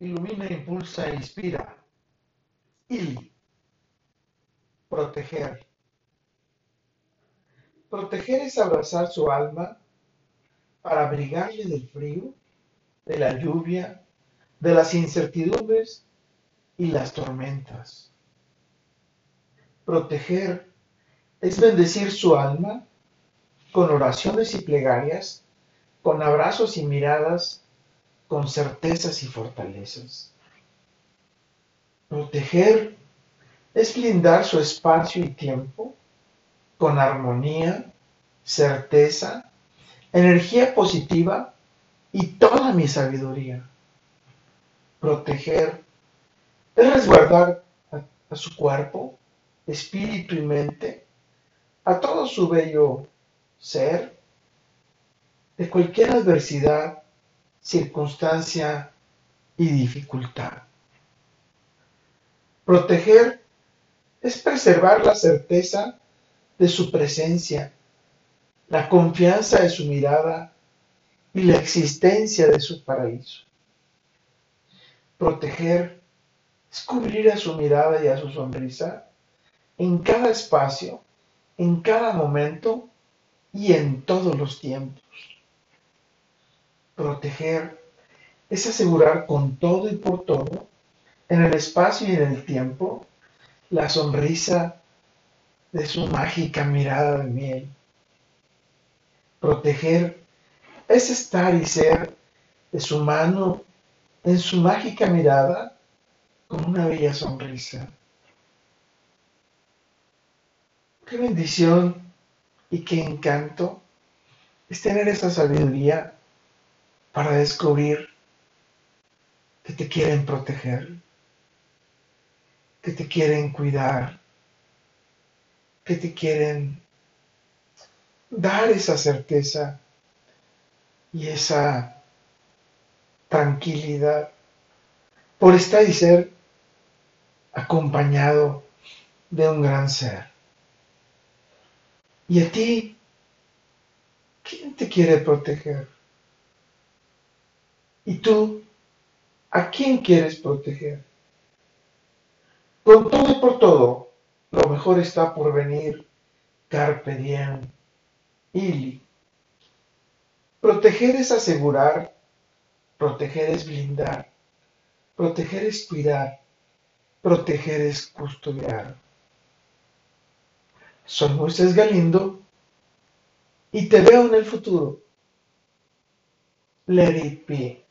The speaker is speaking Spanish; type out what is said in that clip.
ilumina, impulsa e inspira. Y proteger. Proteger es abrazar su alma para abrigarle del frío, de la lluvia, de las incertidumbres y las tormentas. Proteger es bendecir su alma con oraciones y plegarias, con abrazos y miradas, con certezas y fortalezas. Proteger es blindar su espacio y tiempo con armonía, certeza, energía positiva y toda mi sabiduría. Proteger es resguardar a su cuerpo, espíritu y mente, a todo su bello ser, de cualquier adversidad, circunstancia y dificultad. Proteger es preservar la certeza de su presencia, la confianza de su mirada y la existencia de su paraíso. Proteger es cubrir a su mirada y a su sonrisa en cada espacio, en cada momento y en todos los tiempos. Proteger es asegurar con todo y por todo, en el espacio y en el tiempo, la sonrisa de su mágica mirada de miel. Proteger es estar y ser de su mano en su mágica mirada con una bella sonrisa. Qué bendición y qué encanto es tener esa sabiduría para descubrir que te quieren proteger, que te quieren cuidar, que te quieren dar esa certeza y esa tranquilidad por estar y ser acompañado de un gran ser. ¿Y a ti, quién te quiere proteger? ¿Y tú, a quién quieres proteger? Con todo y por todo, lo mejor está por venir. Carpe diem, ili. Proteger es asegurar, proteger es blindar, proteger es cuidar, proteger es custodiar. Soy Moisés Galindo y te veo en el futuro. Let it be.